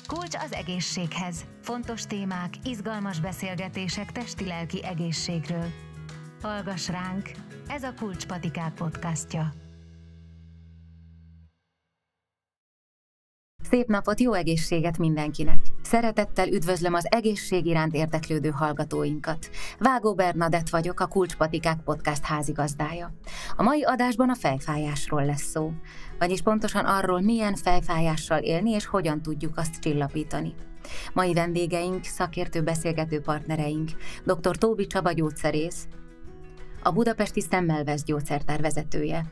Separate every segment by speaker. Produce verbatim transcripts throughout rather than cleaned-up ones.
Speaker 1: Kulcs az egészséghez. Fontos témák, izgalmas beszélgetések testi-lelki egészségről. Hallgass ránk, ez a Kulcspatikák podcastja. Szép napot, jó egészséget mindenkinek! Szeretettel üdvözlöm az egészség iránt érdeklődő hallgatóinkat. Vágó Bernadett vagyok, a Kulcspatikák podcast házigazdája. A mai adásban a fejfájásról lesz szó, vagyis pontosan arról, milyen fejfájással élni és hogyan tudjuk azt csillapítani. Mai vendégeink, szakértő beszélgető partnereink, dr. Tóbi Csaba gyógyszerész, a Budapesti Szemmelweis gyógyszertár vezetője,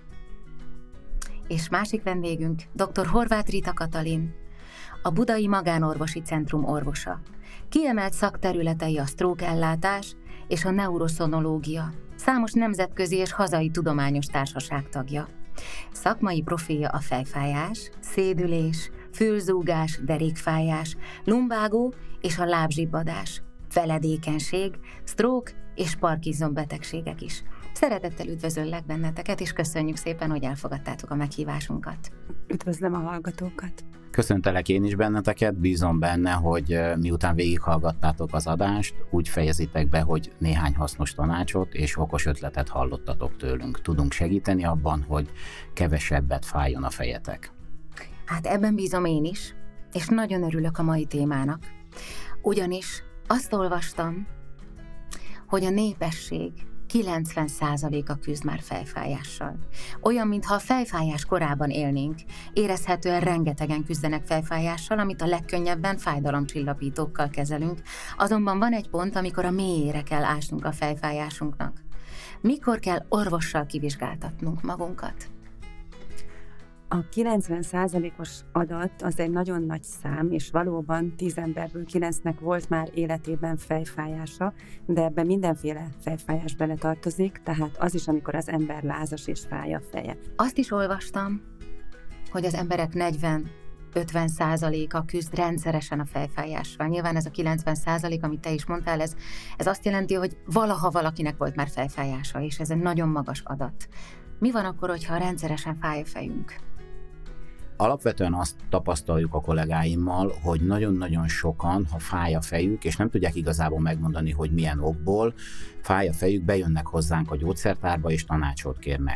Speaker 1: és másik vendégünk dr. Horváth Rita Katalin, a Budai Magánorvosi Centrum orvosa. Kiemelt szakterületei a stroke ellátás és a neuroszonológia. Számos nemzetközi és hazai tudományos társaság tagja. Szakmai profilja a fejfájás, szédülés, fülzúgás, derékfájás, lumbago és a lábzsibbadás, feledékenység, stroke és Parkinson betegségek is. Szeretettel üdvözöllek benneteket, és köszönjük szépen, hogy elfogadtátok a meghívásunkat.
Speaker 2: Üdvözlöm a hallgatókat!
Speaker 3: Köszöntelek én is benneteket, bízom benne, hogy miután végighallgattátok az adást, úgy fejezitek be, hogy néhány hasznos tanácsot és okos ötletet hallottatok tőlünk. Tudunk segíteni abban, hogy kevesebbet fájjon a fejetek.
Speaker 1: Hát ebben bízom én is, és nagyon örülök a mai témának. Ugyanis azt olvastam, hogy a népesség kilencven százaléka küzd már fejfájással. Olyan, mintha a fejfájás korában élnénk. Érezhetően rengetegen küzdenek fejfájással, amit a legkönnyebben fájdalomcsillapítókkal kezelünk. Azonban van egy pont, amikor a mélyére kell ásnunk a fejfájásunknak. Mikor kell orvossal kivizsgáltatnunk magunkat?
Speaker 2: A kilencven százalékos adat az egy nagyon nagy szám, és valóban tíz emberből kilencnek volt már életében fejfájása, de ebben mindenféle fejfájás beletartozik, tehát az is, amikor az ember lázas és fáj a feje.
Speaker 1: Azt is olvastam, hogy az emberek negyven-ötven százaléka küzd rendszeresen a fejfájással. Nyilván ez a kilencven százalék, amit te is mondtál, ez, ez azt jelenti, hogy valaha valakinek volt már fejfájása, és ez egy nagyon magas adat. Mi van akkor, hogyha rendszeresen fáj a fejünk?
Speaker 3: Alapvetően azt tapasztaljuk a kollégáimmal, hogy nagyon-nagyon sokan, ha fáj a fejük, és nem tudják igazából megmondani, hogy milyen okból, fáj a fejük, bejönnek hozzánk a gyógyszertárba, és tanácsot kérnek.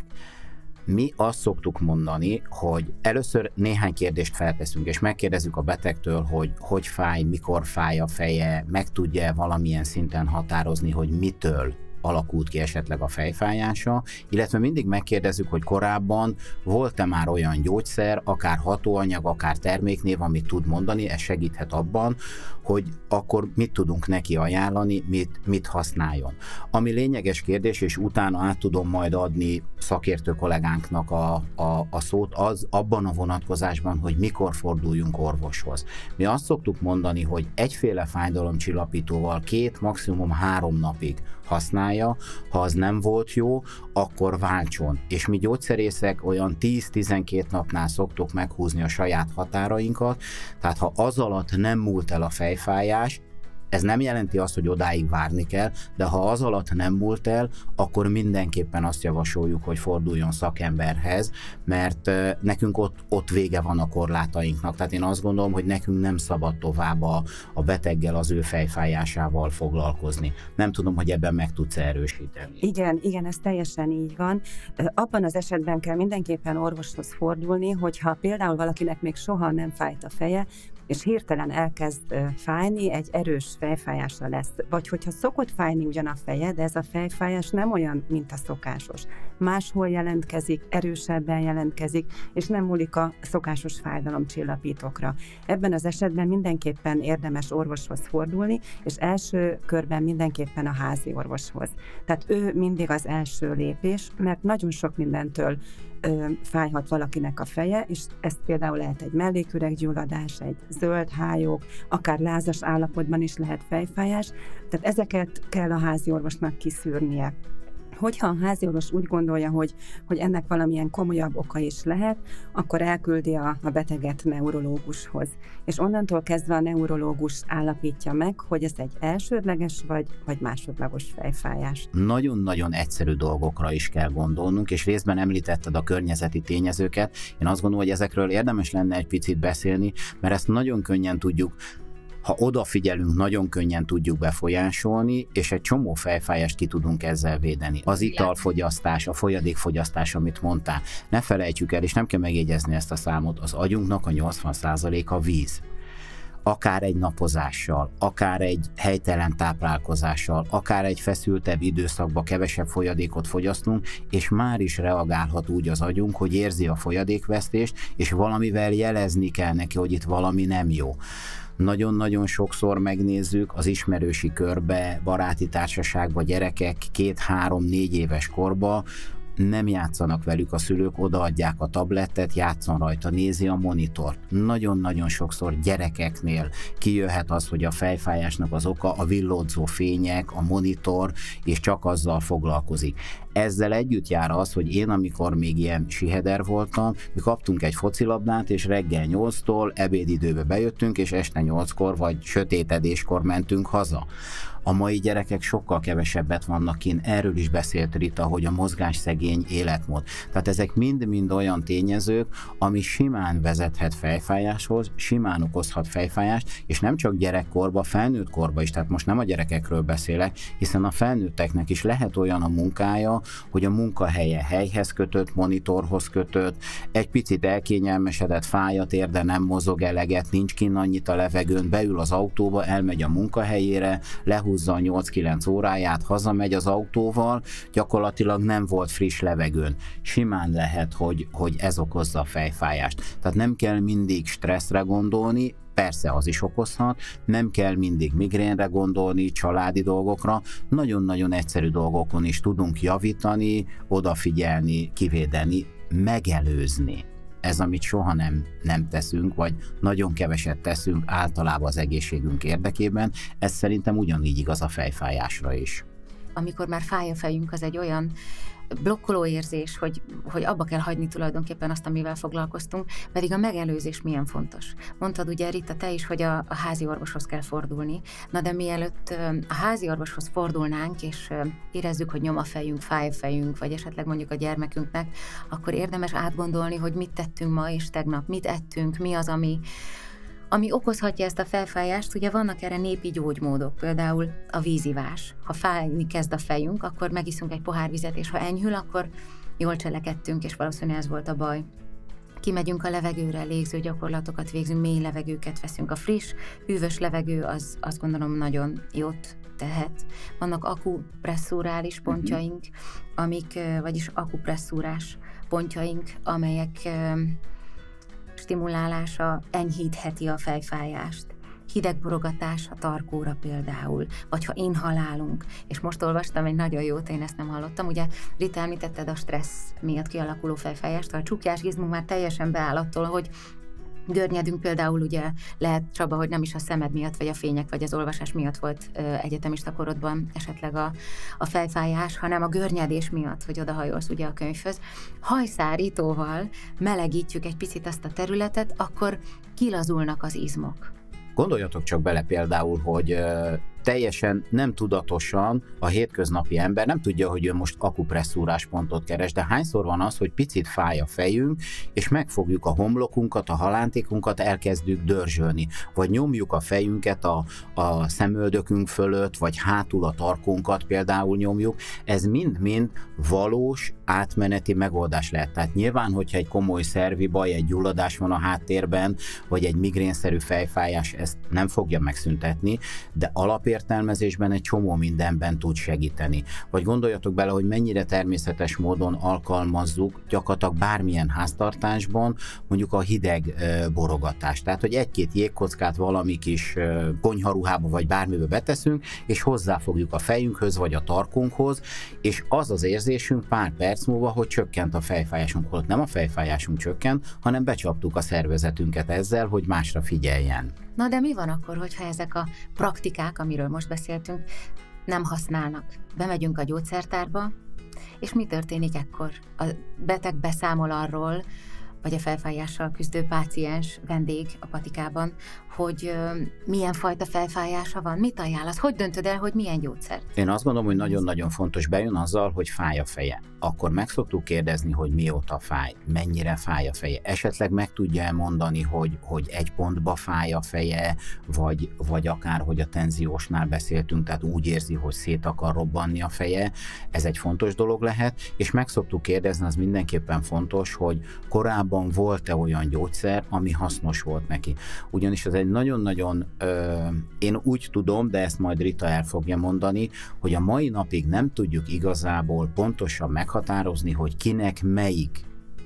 Speaker 3: Mi azt szoktuk mondani, hogy először néhány kérdést felteszünk, és megkérdezzük a betegtől, hogy hogy fáj, mikor fáj a feje, meg tudja valamilyen szinten határozni, hogy mitől alakult ki esetleg a fejfájása, illetve mindig megkérdezzük, hogy korábban volt-e már olyan gyógyszer, akár hatóanyag, akár terméknév, amit tud mondani, ez segíthet abban, hogy akkor mit tudunk neki ajánlani, mit, mit használjon. Ami lényeges kérdés, és utána át tudom majd adni szakértő kollégánknak a, a, a szót, az abban a vonatkozásban, hogy mikor forduljunk orvoshoz. Mi azt szoktuk mondani, hogy egyféle fájdalomcsillapítóval két, maximum három napig használja, ha az nem volt jó, akkor váltson. És mi gyógyszerészek olyan tíz-tizenkét napnál szoktuk meghúzni a saját határainkat, tehát ha az alatt nem múlt el a fejfájás, ez nem jelenti azt, hogy odáig várni kell, de ha az alatt nem múlt el, akkor mindenképpen azt javasoljuk, hogy forduljon szakemberhez, mert nekünk ott, ott vége van a korlátainknak. Tehát én azt gondolom, hogy nekünk nem szabad tovább a, a beteggel, az ő fejfájásával foglalkozni. Nem tudom, hogy ebben meg tudsz erősíteni.
Speaker 2: Igen, igen, ez teljesen így van. Abban az esetben kell mindenképpen orvoshoz fordulni, hogyha például valakinek még soha nem fájt a feje, és hirtelen elkezd fájni, egy erős fejfájása lesz. Vagy hogyha szokott fájni ugyan a feje, de ez a fejfájás nem olyan, mint a szokásos. Máshol jelentkezik, erősebben jelentkezik, és nem múlik a szokásos fájdalomcsillapítókra. Ebben az esetben mindenképpen érdemes orvoshoz fordulni, és első körben mindenképpen a házi orvoshoz. Tehát ő mindig az első lépés, mert nagyon sok mindentől Ö, fájhat valakinek a feje, és ez például lehet egy melléküreggyulladás, egy zöld hályog, akár lázas állapotban is lehet fejfájás, tehát ezeket kell a házi orvosnak kiszűrnie. Hogyha a háziorvos úgy gondolja, hogy, hogy ennek valamilyen komolyabb oka is lehet, akkor elküldi a, a beteget neurológushoz. És onnantól kezdve a neurológus állapítja meg, hogy ez egy elsődleges vagy, vagy másodlagos fejfájás.
Speaker 3: Nagyon-nagyon egyszerű dolgokra is kell gondolnunk, és részben említetted a környezeti tényezőket. Én azt gondolom, hogy ezekről érdemes lenne egy picit beszélni, mert ezt nagyon könnyen tudjuk, ha odafigyelünk, nagyon könnyen tudjuk befolyásolni, és egy csomó fejfájást ki tudunk ezzel védeni. Az italfogyasztás, a folyadékfogyasztás, amit mondtál. Ne felejtsük el, és nem kell megjegyezni ezt a számot, az agyunknak a nyolcvan százaléka víz. Akár egy napozással, akár egy helytelen táplálkozással, akár egy feszültebb időszakban kevesebb folyadékot fogyasztunk, és már is reagálhat úgy az agyunk, hogy érzi a folyadékvesztést, és valamivel jelezni kell neki, hogy itt valami nem jó. Nagyon-nagyon sokszor megnézzük az ismerősi körbe, baráti társaságba gyerekek két-három-négy éves korba, nem játszanak velük a szülők, odaadják a tablettet, játszon rajta, nézi a monitort. Nagyon-nagyon sokszor gyerekeknél kijöhet az, hogy a fejfájásnak az oka a villódzó fények, a monitor, és csak azzal foglalkozik. Ezzel együtt jár az, hogy én, amikor még ilyen siheder voltam, mi kaptunk egy focilabdát, és reggel nyolctól ebédidőbe bejöttünk, és este nyolckor vagy sötétedéskor mentünk haza. A mai gyerekek sokkal kevesebbet vannak kint, erről is beszélt Rita, hogy a mozgásszegény életmód. Tehát ezek mind-mind olyan tényezők, ami simán vezethet fejfájáshoz, simán okozhat fejfájást, és nem csak gyerekkorba, felnőtt korba is, tehát most nem a gyerekekről beszélek, hiszen a felnőtteknek is lehet olyan a munkája, hogy a munkahelye helyhez kötött, monitorhoz kötött, egy picit elkényelmesedett, fáj a térde, nem mozog eleget, nincs kinn annyit a levegőn, beül az autóba, elmegy a munkahelyére, lehúzza a nyolc-kilenc óráját, hazamegy az autóval, gyakorlatilag nem volt friss levegőn. Simán lehet, hogy, hogy ez okozza a fejfájást. Tehát nem kell mindig stresszre gondolni, persze az is okozhat, nem kell mindig migrénre gondolni, családi dolgokra, nagyon-nagyon egyszerű dolgokon is tudunk javítani, odafigyelni, kivédeni, megelőzni. Ez, amit soha nem, nem teszünk, vagy nagyon keveset teszünk általában az egészségünk érdekében, ez szerintem ugyanígy igaz a fejfájásra is.
Speaker 1: Amikor már fáj a fejünk, az egy olyan blokkoló érzés, hogy, hogy abba kell hagyni tulajdonképpen azt, amivel foglalkoztunk, pedig a megelőzés milyen fontos. Mondtad ugye, Rita, te is, hogy a, a házi orvoshoz kell fordulni, na de mielőtt a házi orvoshoz fordulnánk, és érezzük, hogy nyom a fejünk, fáj a fejünk, vagy esetleg mondjuk a gyermekünknek, akkor érdemes átgondolni, hogy mit tettünk ma és tegnap, mit ettünk, mi az, ami Ami okozhatja ezt a felfájást. Ugye vannak erre népi gyógymódok, például a vízivás. Ha fájni kezd a fejünk, akkor megiszunk egy pohár vizet, és ha enyhül, akkor jól cselekedtünk, és valószínűleg ez volt a baj. Kimegyünk a levegőre, légző gyakorlatokat végzünk, mély levegőket veszünk. A friss, hűvös levegő az azt gondolom nagyon jót tehet. Vannak akupresszurális pontjaink, amik, vagyis akupresszúrás pontjaink, amelyek stimulálása enyhítheti a fejfájást. Hidegborogatás a tarkóra például, vagy ha inhalálunk, és most olvastam egy nagyon jót, én ezt nem hallottam, ugye Rita, említetted a stressz miatt kialakuló fejfájást, a csukjásizmunk már teljesen beáll attól, hogy görnyedünk például, ugye lehet, Csaba, hogy nem is a szemed miatt, vagy a fények, vagy az olvasás miatt volt ö, egyetemista korodban esetleg a, a fejfájás, hanem a görnyedés miatt, hogy odahajolsz ugye a könyvhöz. Hajszárítóval melegítjük egy picit azt a területet, akkor kilazulnak az izmok.
Speaker 3: Gondoljatok csak bele például, hogy ö, teljesen nem tudatosan a hétköznapi ember nem tudja, hogy ő most akupresszúrás pontot keres, de hányszor van az, hogy picit fáj a fejünk, és megfogjuk a homlokunkat, a halántékunkat, elkezdjük dörzsölni, vagy nyomjuk a fejünket a, a szemöldökünk fölött, vagy hátul a tarkónkat például nyomjuk. Ez mind-mind valós átmeneti megoldás lehet. Tehát nyilván, hogyha egy komoly szervi baj, egy gyulladás van a háttérben, vagy egy migrénszerű fejfájás, ezt nem fogja megszüntetni, de alapértelmezésben egy csomó mindenben tud segíteni. Vagy gondoljatok bele, hogy mennyire természetes módon alkalmazzuk gyakorlatilag bármilyen háztartásban mondjuk a hideg e, borogatást. Tehát, hogy egy-két jégkockát valami kis e, konyharuhába vagy bármibe beteszünk, és hozzáfogjuk a fejünkhöz vagy a tarkónkhoz, és az az érzésünk pár perc múlva, hogy csökkent a fejfájásunk, holott nem a fejfájásunk csökkent, hanem becsaptuk a szervezetünket ezzel, hogy másra figyeljen.
Speaker 1: Na de mi van akkor, hogyha ezek a praktikák, amiről most beszéltünk, nem használnak? Bemegyünk a gyógyszertárba, És mi történik ekkor? A beteg beszámol arról, vagy a felfájással küzdő páciens vendég a patikában, hogy ö, milyen fajta felfájása van, mit ajánlasz, hogy döntöd el, hogy milyen gyógyszer?
Speaker 3: Én azt gondolom, hogy nagyon-nagyon fontos, bejön azzal, hogy fáj a feje. Akkor meg szoktuk kérdezni, hogy mióta fáj, mennyire fáj a feje. Esetleg meg tudja mondani, hogy, hogy egy pontba fáj a feje, vagy, vagy akár, hogy a tenziósnál beszéltünk, tehát úgy érzi, hogy szét akar robbanni a feje. Ez egy fontos dolog lehet, és meg szoktuk kérdezni, az mindenképpen fontos, hogy korábban volt-e olyan gyógyszer, ami hasznos volt neki. Ugyanis ez egy nagyon-nagyon, ö, én úgy tudom, de ezt majd Rita el fogja mondani, hogy a mai napig nem tudjuk igazából pontosan meghatározni, hogy kinek melyik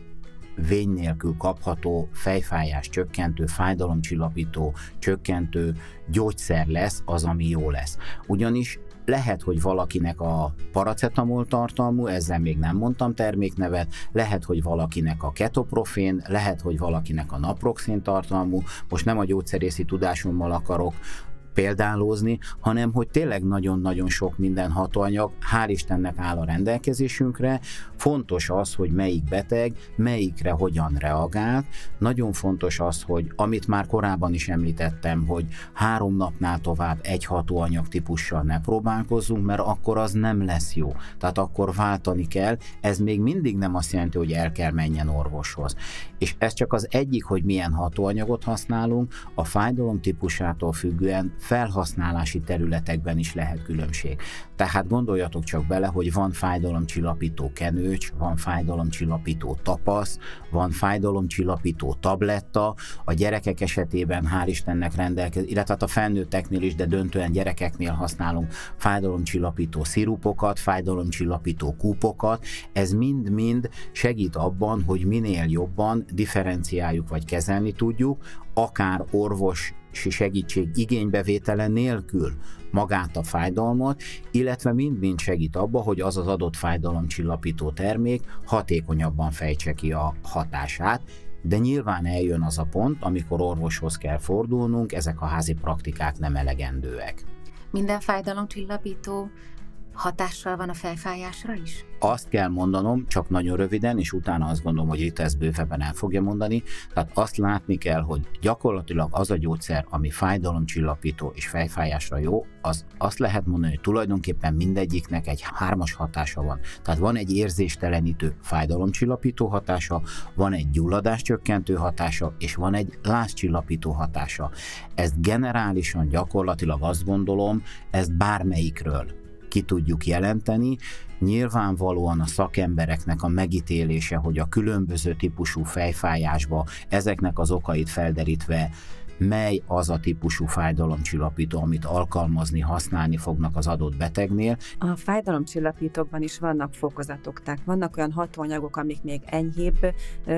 Speaker 3: vény nélkül kapható fejfájás csökkentő, fájdalomcsillapító, csökkentő gyógyszer lesz az, ami jó lesz. Ugyanis lehet, hogy valakinek a paracetamol tartalmú, ezzel még nem mondtam terméknevet, lehet, hogy valakinek a ketoprofén, lehet, hogy valakinek a naproxén tartalmú, most nem a gyógyszerészi tudásommal akarok példálózni, hanem hogy tényleg nagyon-nagyon sok minden hatóanyag, hál' Istennek áll a rendelkezésünkre. Fontos az, hogy melyik beteg, melyikre hogyan reagált. Nagyon fontos az, hogy amit már korábban is említettem, hogy három napnál tovább egy hatóanyag típussal ne próbálkozzunk, mert akkor az nem lesz jó. Tehát akkor váltani kell. Ez még mindig nem azt jelenti, hogy el kell menjen orvoshoz. És ez csak az egyik, hogy milyen hatóanyagot használunk, a fájdalom típusától függően felhasználási területekben is lehet különbség. Tehát gondoljatok csak bele, hogy van fájdalomcsillapító kenőcs, van fájdalomcsillapító tapasz, van fájdalomcsillapító tabletta, a gyerekek esetében hál' Istennek rendelkezik, illetve a felnőtteknél is, de döntően gyerekeknél használunk fájdalomcsillapító szirupokat, fájdalomcsillapító kúpokat. Ez mind-mind segít abban, hogy minél jobban differenciáljuk vagy kezelni tudjuk, akár orvosi segítség igénybevétele nélkül magát a fájdalmat, illetve mind-mind segít abba, hogy az az adott fájdalomcsillapító termék hatékonyabban fejtse ki a hatását, de nyilván eljön az a pont, amikor orvoshoz kell fordulnunk, ezek a házi praktikák nem elegendőek.
Speaker 1: Minden fájdalomcsillapító hatással van a fejfájásra is?
Speaker 3: Azt kell mondanom, csak nagyon röviden, és utána azt gondolom, hogy itt ezt bővebben el fogja mondani. Tehát azt látni kell, hogy gyakorlatilag az a gyógyszer, ami fájdalomcsillapító és fejfájásra jó, az azt lehet mondani, hogy tulajdonképpen mindegyiknek egy hármas hatása van. Tehát van egy érzéstelenítő fájdalomcsillapító hatása, van egy gyulladáscsökkentő hatása, és van egy lázcsillapító hatása. Ezt generálisan gyakorlatilag azt gondolom, ezt bármelyikről ki tudjuk jelenteni. Nyilvánvalóan a szakembereknek a megítélése, hogy a különböző típusú fejfájásba ezeknek az okait felderítve mely az a típusú fájdalomcsillapító, amit alkalmazni, használni fognak az adott betegnél.
Speaker 2: A fájdalomcsillapítókban is vannak fokozatok, tehát vannak olyan hatóanyagok, amik még enyhébb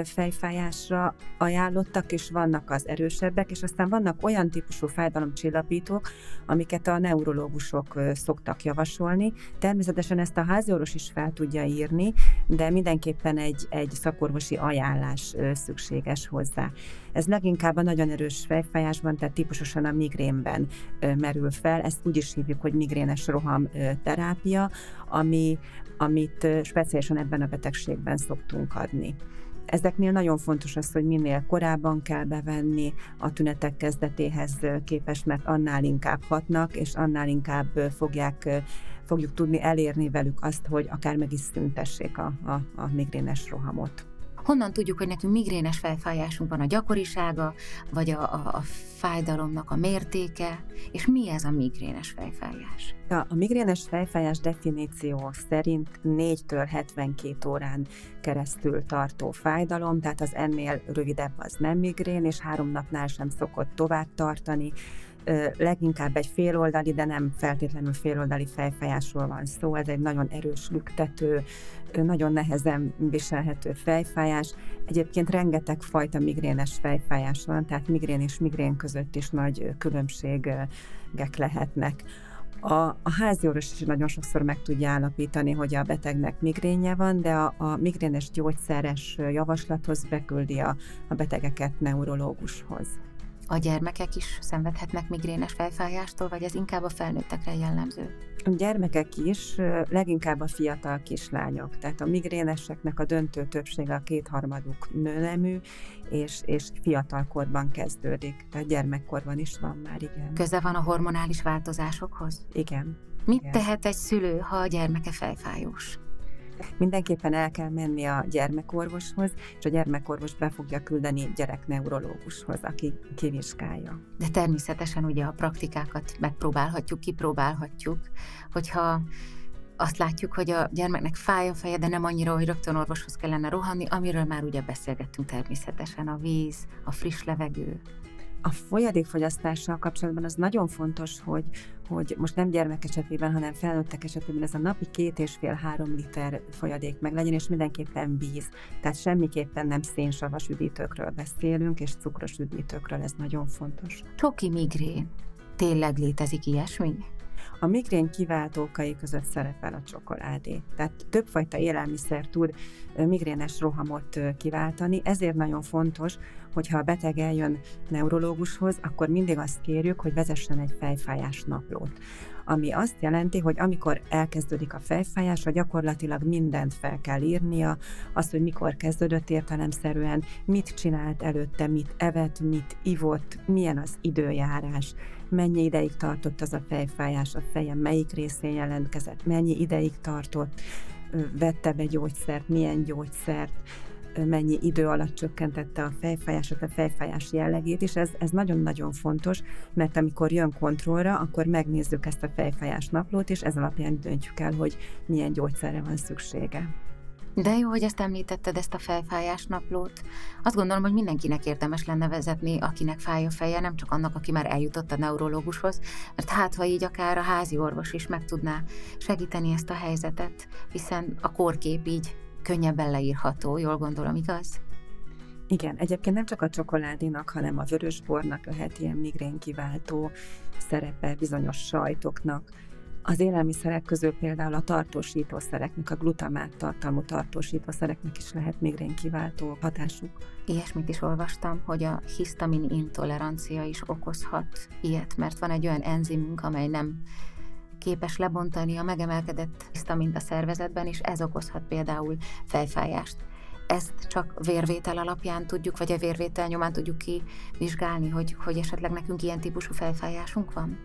Speaker 2: fejfájásra ajánlottak, és vannak az erősebbek, és aztán vannak olyan típusú fájdalomcsillapítók, amiket a neurológusok szoktak javasolni. Természetesen ezt a háziorvos is fel tudja írni, de mindenképpen egy, egy szakorvosi ajánlás szükséges hozzá. Ez leginkább a nagyon erős fejfájásban, tehát típusosan a migrénben ö, merül fel. Ezt úgy is hívjuk, hogy migrénes roham ö, terápia, ami, amit ö, speciálisan ebben a betegségben szoktunk adni. Ezeknél nagyon fontos az, hogy minél korábban kell bevenni a tünetek kezdetéhez képest, mert annál inkább hatnak, és annál inkább fogják, fogjuk tudni elérni velük azt, hogy akár meg is szüntessék a, a, a migrénes rohamot.
Speaker 1: Honnan tudjuk, hogy nekünk migrénes fejfájásunk van, a gyakorisága, vagy a, a, a fájdalomnak a mértéke, és mi ez a migrénes fejfájás?
Speaker 2: A, a migrénes fejfájás definíció szerint négytől hetvenkét órán keresztül tartó fájdalom, tehát az ennél rövidebb az nem migrén, és három napnál sem szokott tovább tartani. Leginkább egy féloldali, de nem feltétlenül féloldali fejfájásról van szó. Ez egy nagyon erős lüktető, nagyon nehezen viselhető fejfájás. Egyébként rengeteg fajta migrénes fejfájás van, tehát migrén és migrén között is nagy különbségek lehetnek. A, a háziorvos is nagyon sokszor meg tudja állapítani, hogy a betegnek migrénje van, de a, a migrénes gyógyszeres javaslathoz beküldi a, a betegeket neurológushoz.
Speaker 1: A gyermekek is szenvedhetnek migrénes fejfájástól, vagy ez inkább a felnőttekre jellemző?
Speaker 2: A gyermekek is, leginkább a fiatal kislányok. Tehát a migréneseknek a döntő többsége, a kétharmaduk nőnemű, és, és fiatalkorban kezdődik. Tehát gyermekkorban is van már, igen.
Speaker 1: Köze van a hormonális változásokhoz?
Speaker 2: Igen.
Speaker 1: Mit
Speaker 2: igen.
Speaker 1: tehet egy szülő, ha a gyermeke fejfájós?
Speaker 2: Mindenképpen el kell menni a gyermekorvoshoz, és a gyermekorvos be fogja küldeni gyerekneurológushoz, aki kivizsgálja.
Speaker 1: De természetesen ugye a praktikákat megpróbálhatjuk, kipróbálhatjuk, hogyha azt látjuk, hogy a gyermeknek fáj a feje, de nem annyira, hogy rögtön orvoshoz kellene rohanni, amiről már ugye beszélgettünk természetesen, a víz, a friss levegő.
Speaker 2: A folyadékfogyasztással kapcsolatban az nagyon fontos, hogy, hogy most nem gyermek esetében, hanem felnőttek esetében ez a napi két és fél három liter folyadék meg legyen, és mindenképpen víz. Tehát semmiképpen nem szénsavas üdítőkről beszélünk, és cukros üdítőkről, ez nagyon fontos.
Speaker 1: Csoki migrén. Tényleg létezik ilyesmi?
Speaker 2: A migrén kiváltókai között szerepel a csokoládé. Tehát többfajta élelmiszer tud migrénes rohamot kiváltani, ezért nagyon fontos, hogyha a beteg eljön neurológushoz, akkor mindig azt kérjük, hogy vezessen egy fejfájás naplót. Ami azt jelenti, hogy amikor elkezdődik a fejfájás, gyakorlatilag mindent fel kell írnia, azt, hogy mikor kezdődött értelemszerűen, mit csinált előtte, mit evett, mit ivott, milyen az időjárás, mennyi ideig tartott az a fejfájás, a fejem melyik részén jelentkezett, mennyi ideig tartott, vette be gyógyszert, milyen gyógyszert, mennyi idő alatt csökkentette a fejfájásot, a fejfájás jellegét is. Ez, ez nagyon-nagyon fontos, mert amikor jön kontrollra, akkor megnézzük ezt a fejfájás naplót, és ez alapján döntjük el, hogy milyen gyógyszerre van szüksége.
Speaker 1: De jó, hogy ezt említetted, ezt a fejfájás naplót. Azt gondolom, hogy mindenkinek érdemes lenne vezetni, akinek fáj a feje, nem csak annak, aki már eljutott a neurológushoz, mert hát, ha így akár a házi orvos is meg tudná segíteni ezt a helyzetet, hiszen a kórkép így könnyebben leírható, jól gondolom, igaz?
Speaker 2: Igen, egyébként nem csak a csokoládénak, hanem a vörösbornak lehet ilyen migrénkiváltó szerepe, bizonyos sajtoknak. Az élelmiszerek közül például a tartósítószereknek, a glutamát tartalmú tartósítószereknek is lehet migrénkiváltó hatásuk.
Speaker 1: Ilyesmit is olvastam, hogy a hisztamin intolerancia is okozhat ilyet, mert van egy olyan enzimünk, amely nem képes lebontani a megemelkedett hisztamint a szervezetben, és ez okozhat például fejfájást. Ezt csak vérvétel alapján tudjuk, vagy a vérvétel nyomán tudjuk kivizsgálni, hogy, hogy esetleg nekünk ilyen típusú fejfájásunk van?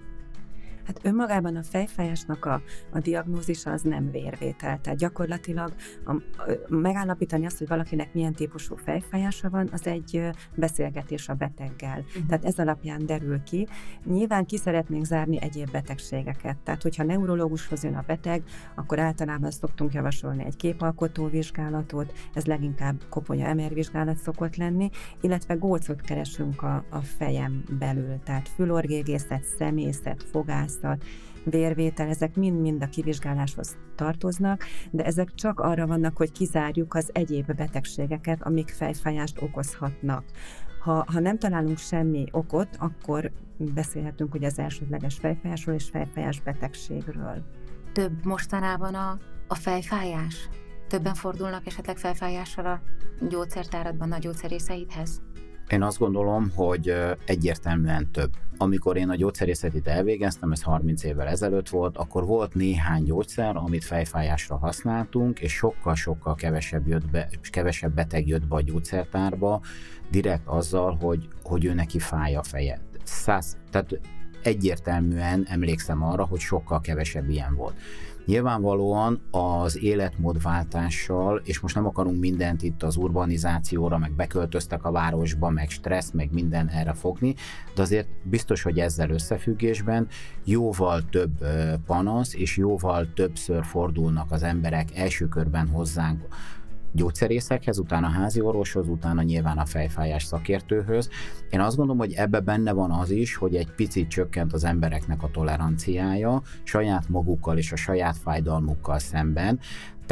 Speaker 2: Hát önmagában a fejfájásnak a, a diagnózisa az nem vérvétel. Tehát gyakorlatilag a, a, megállapítani azt, hogy valakinek milyen típusú fejfájása van, az egy beszélgetés a beteggel. Uh-huh. Tehát ez alapján derül ki. Nyilván ki szeretnénk zárni egyéb betegségeket. Tehát, hogyha neurológushoz jön a beteg, akkor általában szoktunk javasolni egy képalkotó vizsgálatot, ez leginkább koponya-em er vizsgálat szokott lenni, illetve gócot keresünk a, a fejem belül. Tehát fülorgégészet, szemészet, fogász, vérvétel, ezek mind-mind a kivizsgáláshoz tartoznak, de ezek csak arra vannak, hogy kizárjuk az egyéb betegségeket, amik fejfájást okozhatnak. Ha, ha nem találunk semmi okot, akkor beszélhetünk ugye az elsődleges fejfájásról és fejfájás betegségről.
Speaker 1: Több mostanában a, a fejfájás? Többen fordulnak esetleg fejfájással a gyógyszertáradban, a gyógyszerészeidhez?
Speaker 3: Én azt gondolom, hogy egyértelműen több. Amikor én a gyógyszerészetit elvégeztem, ez harminc évvel ezelőtt volt, akkor volt néhány gyógyszer, amit fejfájásra használtunk, és sokkal-sokkal kevesebb, jött be, kevesebb beteg jött be a gyógyszertárba, direkt azzal, hogy, hogy ő neki fáj a feje. Száz, tehát egyértelműen emlékszem arra, hogy sokkal kevesebb ilyen volt. Nyilvánvalóan az életmódváltással, és most nem akarunk mindent itt az urbanizációra, meg beköltöztek a városba, meg stressz, meg minden erre fogni, de azért biztos, hogy ezzel összefüggésben jóval több panasz, és jóval többször fordulnak az emberek első körben hozzánk gyógyszerészekhez, utána házi orvoshoz, utána nyilván a fejfájás szakértőhöz. Én azt gondolom, hogy ebbe benne van az is, hogy egy picit csökkent az embereknek a toleranciája saját magukkal és a saját fájdalmukkal szemben,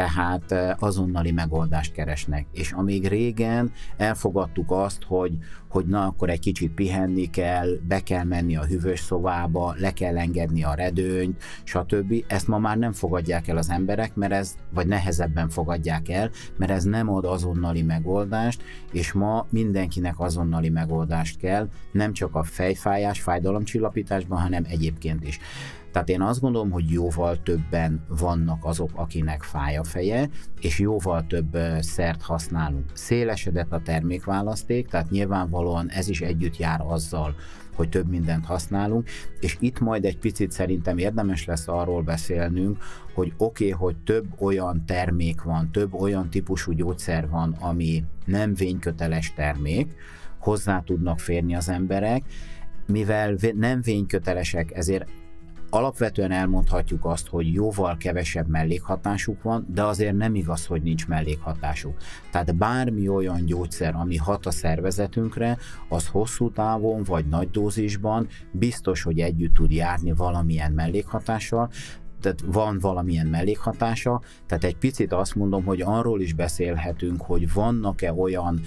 Speaker 3: tehát azonnali megoldást keresnek. És amíg régen elfogadtuk azt, hogy, hogy na, akkor egy kicsit pihenni kell, be kell menni a hűvös szobába, le kell engedni a redőnyt, stb. Ezt ma már nem fogadják el az emberek, mert ez, vagy nehezebben fogadják el, mert ez nem ad azonnali megoldást, és ma mindenkinek azonnali megoldást kell, nem csak a fejfájás, fájdalomcsillapításban, hanem egyébként is. Tehát én azt gondolom, hogy jóval többen vannak azok, akinek fáj a feje, és jóval több szert használunk. Szélesedett a termékválaszték, tehát nyilvánvalóan ez is együtt jár azzal, hogy több mindent használunk, és itt majd egy picit szerintem érdemes lesz arról beszélnünk, hogy oké, okay, hogy több olyan termék van, több olyan típusú gyógyszer van, ami nem vényköteles termék, hozzá tudnak férni az emberek, mivel nem vénykötelesek, ezért alapvetően elmondhatjuk azt, hogy jóval kevesebb mellékhatásuk van, de azért nem igaz, hogy nincs mellékhatásuk. Tehát bármi olyan gyógyszer, ami hat a szervezetünkre, az hosszú távon vagy nagy dózisban biztos, hogy együtt tud járni valamilyen mellékhatással, tehát van valamilyen mellékhatása, tehát egy picit azt mondom, hogy arról is beszélhetünk, hogy vannak-e olyan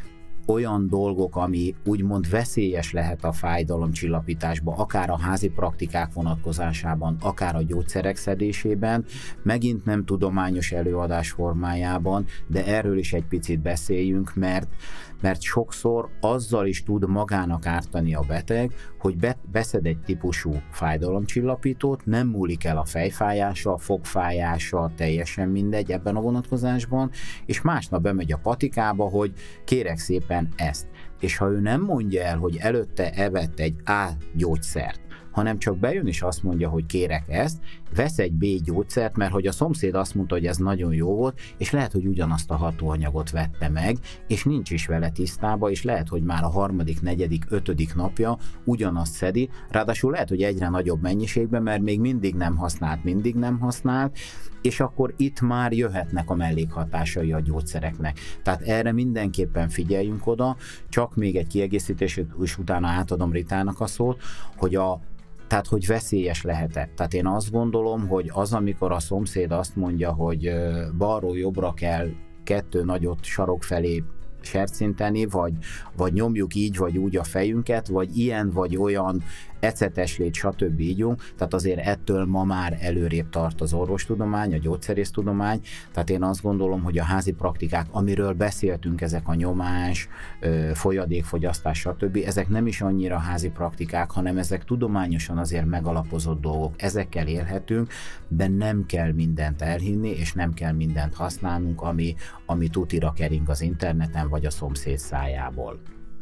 Speaker 3: olyan dolgok, ami úgymond veszélyes lehet a fájdalomcsillapításban, akár a házi praktikák vonatkozásában, akár a gyógyszerek szedésében, megint nem tudományos előadás formájában, de erről is egy picit beszéljünk, mert, mert sokszor azzal is tud magának ártani a beteg, hogy be, beszed egy típusú fájdalomcsillapítót, nem múlik el a fejfájása, a fogfájása, teljesen mindegy ebben a vonatkozásban, és másnap bemegy a patikába, hogy kérek szépen ezt. És ha ő nem mondja el, hogy előtte evett egy A gyógyszert, hanem csak bejön és azt mondja, hogy kérek ezt, vesz egy B gyógyszert, mert hogy a szomszéd azt mondta, hogy ez nagyon jó volt, és lehet, hogy ugyanazt a hatóanyagot vette meg, és nincs is vele tisztába, és lehet, hogy már a harmadik, negyedik, ötödik napja ugyanazt szedi, ráadásul lehet, hogy egyre nagyobb mennyiségben, mert még mindig nem használt, mindig nem használt, és akkor itt már jöhetnek a mellékhatásai a gyógyszereknek. Tehát erre mindenképpen figyeljünk oda, csak még egy kiegészítés, és utána átadom Ritának a szót, hogy a Tehát, hogy veszélyes lehet-e. Tehát én azt gondolom, hogy az, amikor a szomszéd azt mondja, hogy balról jobbra kell kettő nagyot sarok felé sercinteni, vagy, vagy nyomjuk így, vagy úgy a fejünket, vagy ilyen, vagy olyan eceteslét, stb. Ígyunk, tehát azért ettől ma már előrébb tart az orvostudomány, a gyógyszerésztudomány, tehát én azt gondolom, hogy a házi praktikák, amiről beszéltünk, ezek a nyomás, folyadékfogyasztás, stb., ezek nem is annyira házi praktikák, hanem ezek tudományosan azért megalapozott dolgok, ezekkel élhetünk, de nem kell mindent elhinni, és nem kell mindent használnunk, ami, ami tutira kering az interneten, vagy a szomszéd szájából.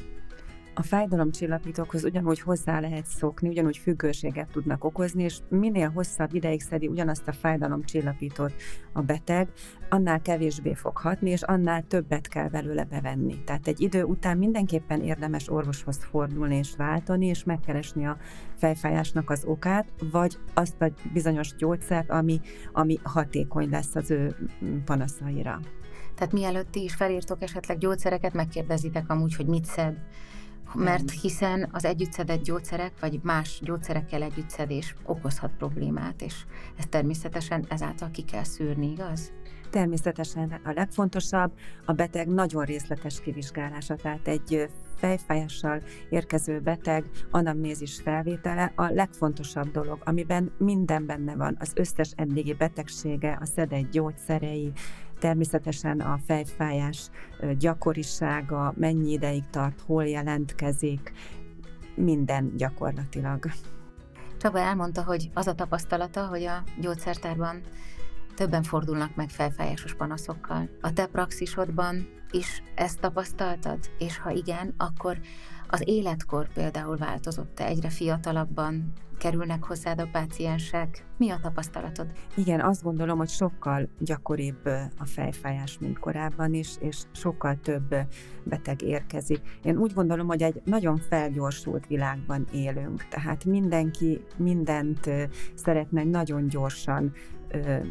Speaker 2: A fájdalomcsillapítókhoz ugyanúgy hozzá lehet szokni, ugyanúgy függőséget tudnak okozni, és minél hosszabb ideig szedi ugyanazt a fájdalomcsillapítót a beteg, annál kevésbé fog hatni, és annál többet kell belőle bevenni. Tehát egy idő után mindenképpen érdemes orvoshoz fordulni és váltani, és megkeresni a fejfájásnak az okát, vagy azt a bizonyos gyógyszert, ami, ami hatékony lesz az ő panaszaira.
Speaker 1: Tehát mielőtt ti is felírtok esetleg gyógyszereket, megkérdezitek amúgy, hogy mit szed. Mert hiszen az együttszedett gyógyszerek, vagy más gyógyszerekkel együttszedés okozhat problémát, és ezt természetesen ezáltal ki kell szűrni, igaz?
Speaker 2: Természetesen a legfontosabb a beteg nagyon részletes kivizsgálása, tehát egy fejfájással érkező beteg anamnézis felvétele a legfontosabb dolog, amiben minden benne van, az összes eddigi betegsége, a szedett gyógyszerei, természetesen a fejfájás gyakorisága, mennyi ideig tart, hol jelentkezik, minden gyakorlatilag.
Speaker 1: Csaba elmondta, hogy az a tapasztalata, hogy a gyógyszertárban többen fordulnak meg fejfájásos panaszokkal. A te praxisodban is ezt tapasztaltad? És ha igen, akkor az életkor például változott-e? Egyre fiatalabban kerülnek hozzád a páciensek? Mi a tapasztalatod?
Speaker 2: Igen, azt gondolom, hogy sokkal gyakoribb a fejfájás, mint korábban is, és sokkal több beteg érkezik. Én úgy gondolom, hogy egy nagyon felgyorsult világban élünk, tehát mindenki mindent szeretne nagyon gyorsan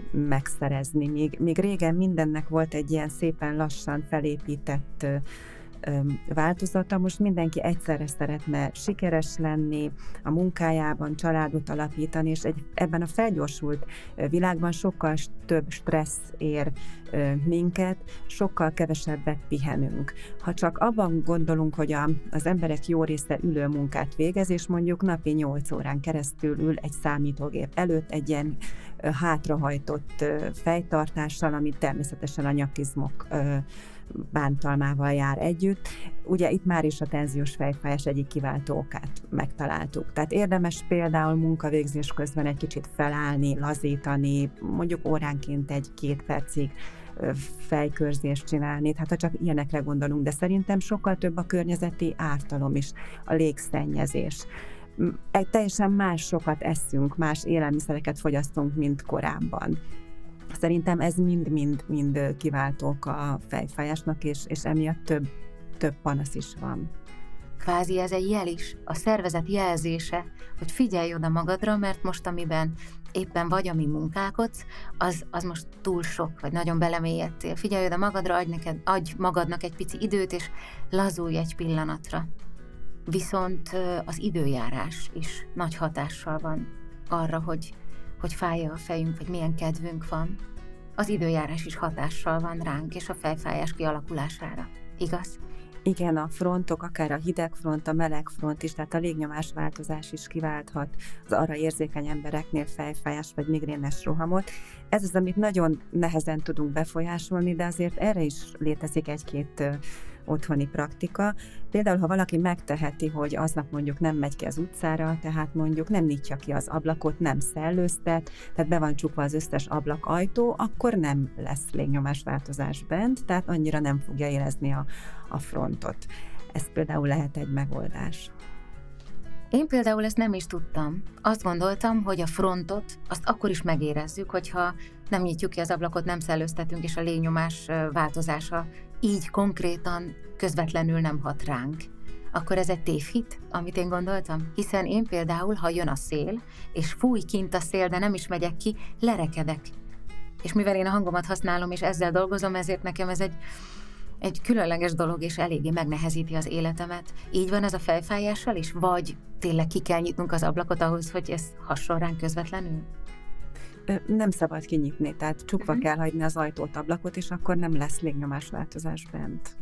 Speaker 2: megszerezni. Még, még régen mindennek volt egy ilyen szépen lassan felépített változata. Most mindenki egyszerre szeretne sikeres lenni, a munkájában családot alapítani, és egy, ebben a felgyorsult világban sokkal több stressz ér minket, sokkal kevesebbet pihenünk. Ha csak abban gondolunk, hogy a, az emberek jó része ülő munkát végez, és mondjuk napi nyolc órán keresztül ül egy számítógép előtt, egy ilyen hátrahajtott fejtartással, amit természetesen a nyakizmok bántalmával jár együtt. Ugye itt már is a tenziós fejfájás egyik kiváltó okát megtaláltuk. Tehát érdemes például munkavégzés közben egy kicsit felállni, lazítani, mondjuk óránként egy-két percig fejkörzést csinálni, hát ha csak ilyenekre gondolunk, de szerintem sokkal több a környezeti ártalom is, a légszennyezés. Teljesen más sokat eszünk, más élelmiszereket fogyasztunk, mint korábban. Szerintem ez mind-mind-mind kiváltók a fejfájásnak, és, és emiatt több, több panasz is van.
Speaker 1: Kvázi ez egy jel is, a szervezet jelzése, hogy figyelj oda magadra, mert most amiben éppen vagy, ami munkálkodsz, az, az most túl sok, vagy nagyon belemélyedtél. Figyelj oda magadra, adj, neked, adj magadnak egy pici időt, és lazulj egy pillanatra. Viszont az időjárás is nagy hatással van arra, hogy, hogy fáj-e a fejünk, vagy milyen kedvünk van. Az időjárás is hatással van ránk, és a fejfájás kialakulására. Igaz?
Speaker 2: Igen, a frontok, akár a hideg front, a meleg front is, tehát a légnyomás változás is kiválthat az arra érzékeny embereknél fejfájás vagy migrénes rohamot. Ez az, amit nagyon nehezen tudunk befolyásolni, de azért erre is létezik egy-két otthoni praktika. Például, ha valaki megteheti, hogy aznap mondjuk nem megy ki az utcára, tehát mondjuk nem nyitja ki az ablakot, nem szellőztet, tehát be van csukva az összes ablakajtó, akkor nem lesz légnyomásváltozás bent, tehát annyira nem fogja érezni a, a frontot. Ez például lehet egy megoldás.
Speaker 1: Én például ezt nem is tudtam. Azt gondoltam, hogy a frontot azt akkor is megérezzük, hogyha nem nyitjuk ki az ablakot, nem szellőztetünk, és a légnyomás változása így konkrétan, közvetlenül nem hat ránk. Akkor ez egy tévhit, amit én gondoltam? Hiszen én például, ha jön a szél, és fúj kint a szél, de nem is megyek ki, lerekedek. És mivel én a hangomat használom, és ezzel dolgozom, ezért nekem ez egy, egy különleges dolog, és eléggé megnehezíti az életemet. Így van ez a fejfájással is? Vagy tényleg ki kell nyitnunk az ablakot ahhoz, hogy ez hasson ránk közvetlenül?
Speaker 2: Nem szabad kinyitni, tehát csukva uh-huh. kell hagyni az ajtót, ablakot, és akkor nem lesz légnyomásváltozás bent.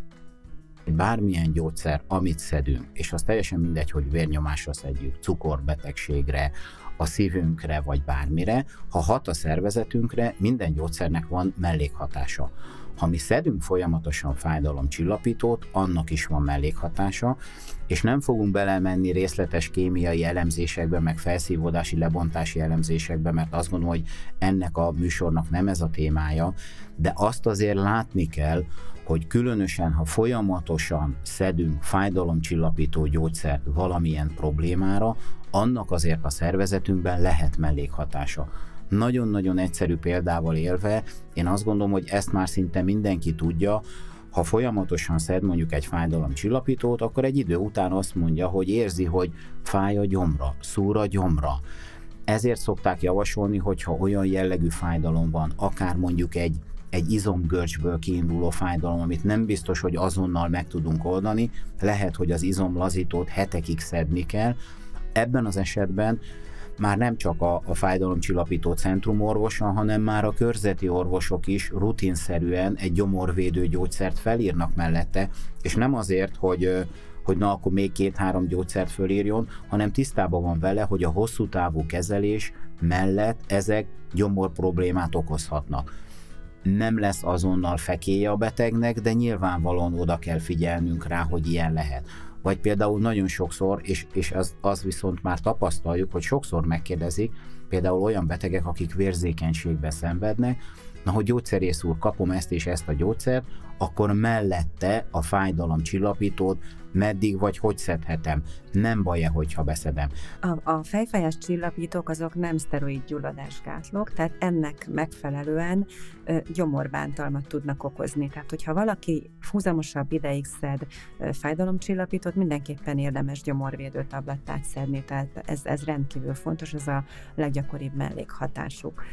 Speaker 3: Bármilyen gyógyszer, amit szedünk, és az teljesen mindegy, hogy vérnyomásra szedjük, cukorbetegségre, a szívünkre, vagy bármire, ha hat a szervezetünkre, minden gyógyszernek van mellékhatása. Ha mi szedünk folyamatosan fájdalomcsillapítót, annak is van mellékhatása, és nem fogunk belemenni részletes kémiai elemzésekbe, meg felszívódási, lebontási elemzésekbe, mert azt gondolom, hogy ennek a műsornak nem ez a témája, de azt azért látni kell, hogy különösen, ha folyamatosan szedünk fájdalomcsillapító gyógyszert valamilyen problémára, annak azért a szervezetünkben lehet mellékhatása. Nagyon-nagyon egyszerű példával élve, én azt gondolom, hogy ezt már szinte mindenki tudja, ha folyamatosan szed mondjuk egy fájdalomcsillapítót, akkor egy idő után azt mondja, hogy érzi, hogy fáj a gyomra, szúr a gyomra. Ezért szokták javasolni, hogyha olyan jellegű fájdalom van, akár mondjuk egy, egy izomgörcsből kiinduló fájdalom, amit nem biztos, hogy azonnal meg tudunk oldani, lehet, hogy az izomlazítót hetekig szedni kell. Ebben az esetben már nem csak a, a fájdalomcsillapító centrumorvosa, hanem már a körzeti orvosok is rutinszerűen egy gyomorvédő gyógyszert felírnak mellette, és nem azért, hogy, hogy na akkor még két-három gyógyszert fölírjon, hanem tisztában van vele, hogy a hosszú távú kezelés mellett ezek gyomor problémát okozhatnak. Nem lesz azonnal fekélye a betegnek, de nyilvánvalóan oda kell figyelnünk rá, hogy ilyen lehet. Vagy például nagyon sokszor, és, és az, az viszont már tapasztaljuk, hogy sokszor megkérdezik, például olyan betegek, akik vérzékenységbe szenvednek, na, hogy gyógyszerész úr, kapom ezt és ezt a gyógyszert, akkor mellette a fájdalomcsillapítót meddig vagy hogy szedhetem. Nem baj-e, hogyha beszedem.
Speaker 2: A, a fejfájás csillapítók azok nem szteroid gyulladásgátlók, tehát ennek megfelelően ö, gyomorbántalmat tudnak okozni. Tehát, hogyha valaki húzamosabb ideig szed ö, fájdalomcsillapítót, mindenképpen érdemes gyomorvédő tablettát szedni, tehát ez, ez rendkívül fontos, ez a leggyakoribb mellékhatásuk.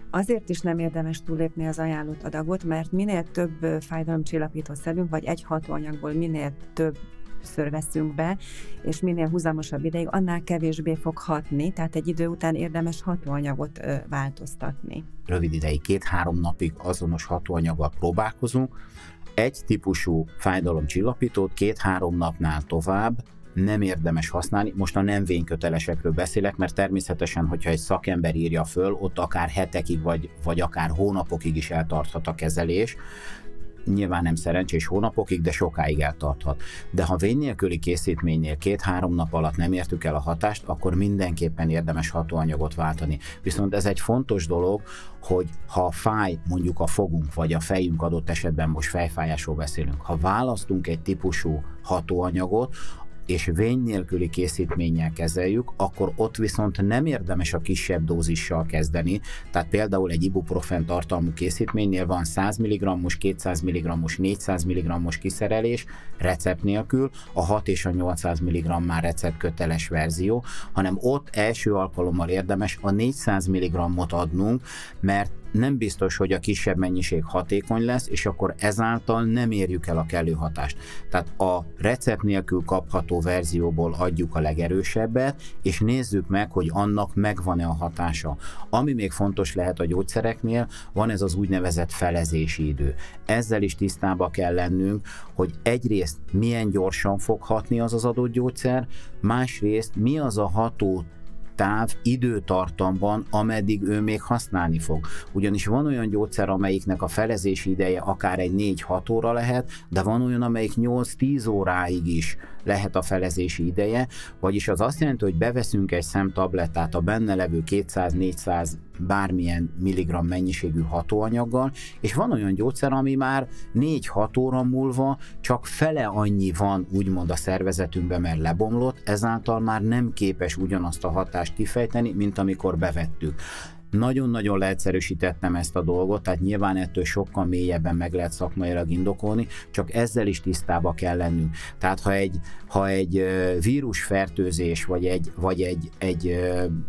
Speaker 2: Azért is nem érdemes túllépni az ajánlott adagot, mert minél több fájdalomcsillapítót szedünk, vagy egy hatóanyagból minél több ször veszünk be, és minél húzamosabb ideig, annál kevésbé fog hatni, tehát egy idő után érdemes hatóanyagot ö, változtatni.
Speaker 3: Rövid ideig, két-három napig azonos hatóanyaggal próbálkozunk, egy típusú fájdalomcsillapítót két-három napnál tovább nem érdemes használni. Most a nem vénykötelesekről beszélek, mert természetesen, hogyha egy szakember írja föl, ott akár hetekig, vagy, vagy akár hónapokig is eltarthat a kezelés. Nyilván nem szerencsés hónapokig, de sokáig eltarthat. De ha vény nélküli készítménynél két-három nap alatt nem értük el a hatást, akkor mindenképpen érdemes hatóanyagot váltani. Viszont ez egy fontos dolog, hogy ha fáj mondjuk a fogunk, vagy a fejünk, adott esetben most fejfájásról beszélünk, ha választunk egy típusú hatóanyagot, és vény nélküli készítménnyel kezeljük, akkor ott viszont nem érdemes a kisebb dózissal kezdeni. Tehát például egy ibuprofen tartalmú készítménynél van száz milligrammos, kétszáz milligrammos, négyszáz milligrammos kiszerelés recept nélkül, a hat és a nyolcszáz milligramm már receptköteles verzió, hanem ott első alkalommal érdemes a négyszáz milligrammot adnunk, mert nem biztos, hogy a kisebb mennyiség hatékony lesz, és akkor ezáltal nem érjük el a kellő hatást. Tehát a recept nélkül kapható verzióból adjuk a legerősebbet, és nézzük meg, hogy annak megvan-e a hatása. Ami még fontos lehet a gyógyszereknél, van ez az úgynevezett felezési idő. Ezzel is tisztába kell lennünk, hogy egyrészt milyen gyorsan fog hatni az az adott gyógyszer, másrészt mi az a ható táv időtartamban, ameddig ő még használni fog. Ugyanis van olyan gyógyszer, amelyiknek a felezési ideje akár egy négy-hat óra lehet, de van olyan, amelyik nyolc-tíz óráig is lehet a felezési ideje, vagyis az azt jelenti, hogy beveszünk egy szemtablettát a benne levő kétszáz-négyszáz bármilyen milligramm mennyiségű hatóanyaggal, és van olyan gyógyszer, ami már négy-hat óra múlva csak fele annyi van úgymond a szervezetünkben, mert lebomlott, ezáltal már nem képes ugyanazt a hatást kifejteni, mint amikor bevettük. Nagyon-nagyon leegyszerűsítettem ezt a dolgot, tehát nyilván ettől sokkal mélyebben meg lehet szakmailag indokolni, csak ezzel is tisztába kell lennünk. Tehát ha egy, ha egy vírusfertőzés, vagy egy, vagy egy, egy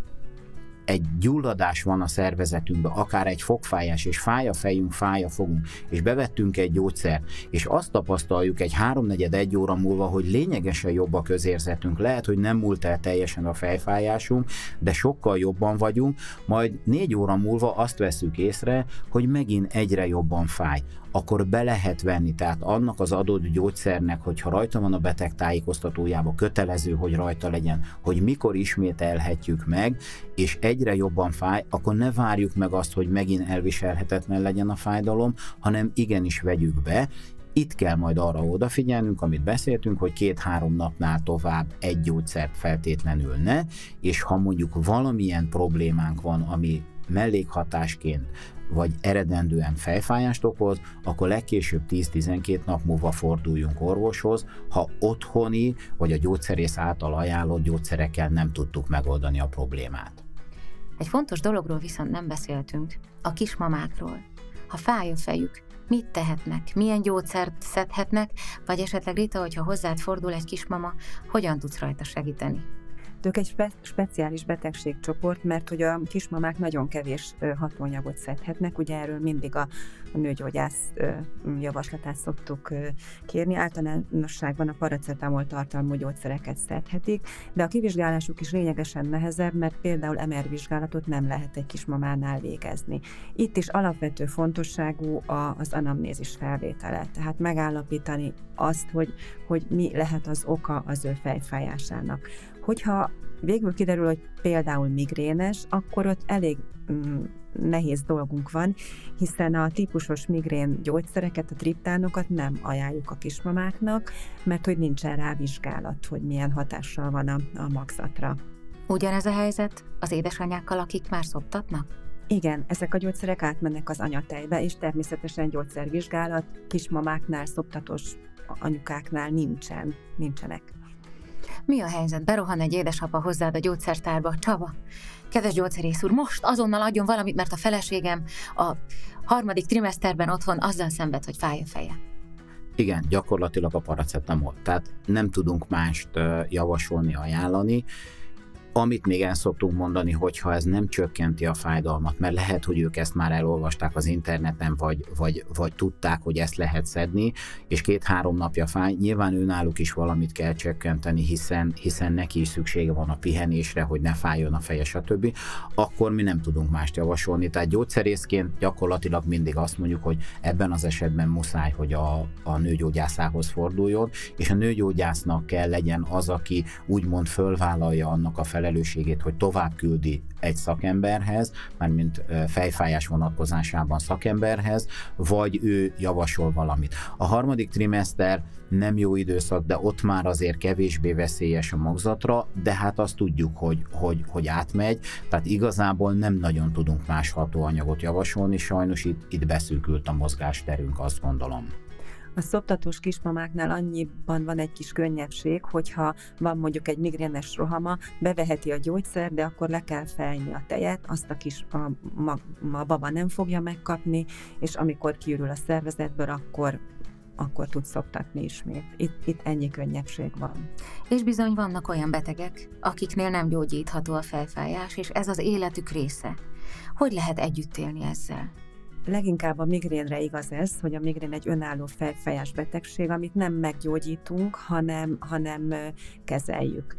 Speaker 3: egy gyulladás van a szervezetünkben, akár egy fogfájás, és fáj a fejünk, fáj a fogunk, és bevettünk egy gyógyszert, és azt tapasztaljuk egy háromnegyed egy óra múlva, hogy lényegesen jobb a közérzetünk, lehet, hogy nem múlt el teljesen a fejfájásunk, de sokkal jobban vagyunk, majd négy óra múlva azt veszük észre, hogy megint egyre jobban fáj. Akkor be lehet venni, tehát annak az adott gyógyszernek, hogyha rajta van a beteg tájékoztatójában, kötelező, hogy rajta legyen, hogy mikor ismételhetjük meg, és egyre jobban fáj, akkor ne várjuk meg azt, hogy megint elviselhetetlen legyen a fájdalom, hanem igenis vegyük be. Itt kell majd arra odafigyelnünk, amit beszéltünk, hogy két-három napnál tovább egy gyógyszert feltétlenül ne, és ha mondjuk valamilyen problémánk van, ami mellékhatásként vagy eredendően fejfájást okoz, akkor legkésőbb tíz-tizenkét nap múlva forduljunk orvoshoz, ha otthoni vagy a gyógyszerész által ajánlott gyógyszerekkel nem tudtuk megoldani a problémát.
Speaker 1: Egy fontos dologról viszont nem beszéltünk, a kismamákról. Ha fáj a fejük, mit tehetnek, milyen gyógyszert szedhetnek, vagy esetleg Rita, hogyha hozzád fordul egy kismama, hogyan tudsz rajta segíteni?
Speaker 2: Ők egy spe- speciális betegségcsoport, mert hogy a kismamák nagyon kevés ö, hatóanyagot szedhetnek, ugye erről mindig a, a nőgyógyász ö, javaslatát szoktuk ö, kérni, általánosságban a paracetamol tartalmú gyógyszereket szedhetik, de a kivizsgálásuk is lényegesen nehezebb, mert például em er vizsgálatot nem lehet egy kismamánál végezni. Itt is alapvető fontosságú a, az anamnézis felvétele, tehát megállapítani azt, hogy, hogy mi lehet az oka az ő fejfájásának. Hogyha végül kiderül, hogy például migrénes, akkor ott elég mm, nehéz dolgunk van, hiszen a típusos migrén gyógyszereket, a triptánokat nem ajánljuk a kismamáknak, mert hogy nincsen rá vizsgálat, hogy milyen hatással van a, a magzatra.
Speaker 1: Ugyanez a helyzet az édesanyákkal, akik már szoptatnak?
Speaker 2: Igen, ezek a gyógyszerek átmennek az anyatejbe, és természetesen gyógyszervizsgálat kismamáknál, szoptatós anyukáknál nincsen, nincsenek.
Speaker 1: Mi a helyzet? Berohan egy édesapa hozzád a gyógyszertárba. Csaba, kedves gyógyszerész úr, most azonnal adjon valamit, mert a feleségem a harmadik trimeszterben otthon azzal szenved, hogy fáj a feje.
Speaker 3: Igen, gyakorlatilag a paracetamol. Tehát nem tudunk mást javasolni, ajánlani. Amit még el szoktunk mondani, hogyha ez nem csökkenti a fájdalmat, mert lehet, hogy ők ezt már elolvasták az interneten, vagy, vagy, vagy tudták, hogy ezt lehet szedni, és két-három napja fáj, nyilván őnáluk is valamit kell csökkenteni, hiszen, hiszen neki is szüksége van a pihenésre, hogy ne fájjon a feje, stb. Akkor mi nem tudunk mást javasolni. Tehát gyógyszerészként gyakorlatilag mindig azt mondjuk, hogy ebben az esetben muszáj, hogy a, a nőgyógyászához forduljon, és a nőgyógyásznak kell legyen az, aki úgymond fölvállalja annak a felelősségét, hogy tovább küldi egy szakemberhez, mármint fejfájás vonatkozásában szakemberhez, vagy ő javasol valamit. A harmadik trimester nem jó időszak, de ott már azért kevésbé veszélyes a magzatra, de hát azt tudjuk, hogy, hogy, hogy átmegy, tehát igazából nem nagyon tudunk más hatóanyagot javasolni, sajnos itt, itt beszűkült a mozgásterünk, azt gondolom.
Speaker 2: A szoptatós kismamáknál annyiban van egy kis könnyebbség, hogyha van mondjuk egy migrénes rohama, beveheti a gyógyszer, de akkor le kell fejni a tejet, azt a kis a, ma, a baba nem fogja megkapni, és amikor kiürül a szervezetből, akkor akkor tud szoptatni ismét. Itt, itt ennyi könnyebbség van.
Speaker 1: És bizony vannak olyan betegek, akiknél nem gyógyítható a fejfájás, és ez az életük része. Hogy lehet együtt élni ezzel?
Speaker 2: Leginkább a migrénre igaz ez, hogy a migrén egy önálló fejfájás betegség, amit nem meggyógyítunk, hanem, hanem kezeljük.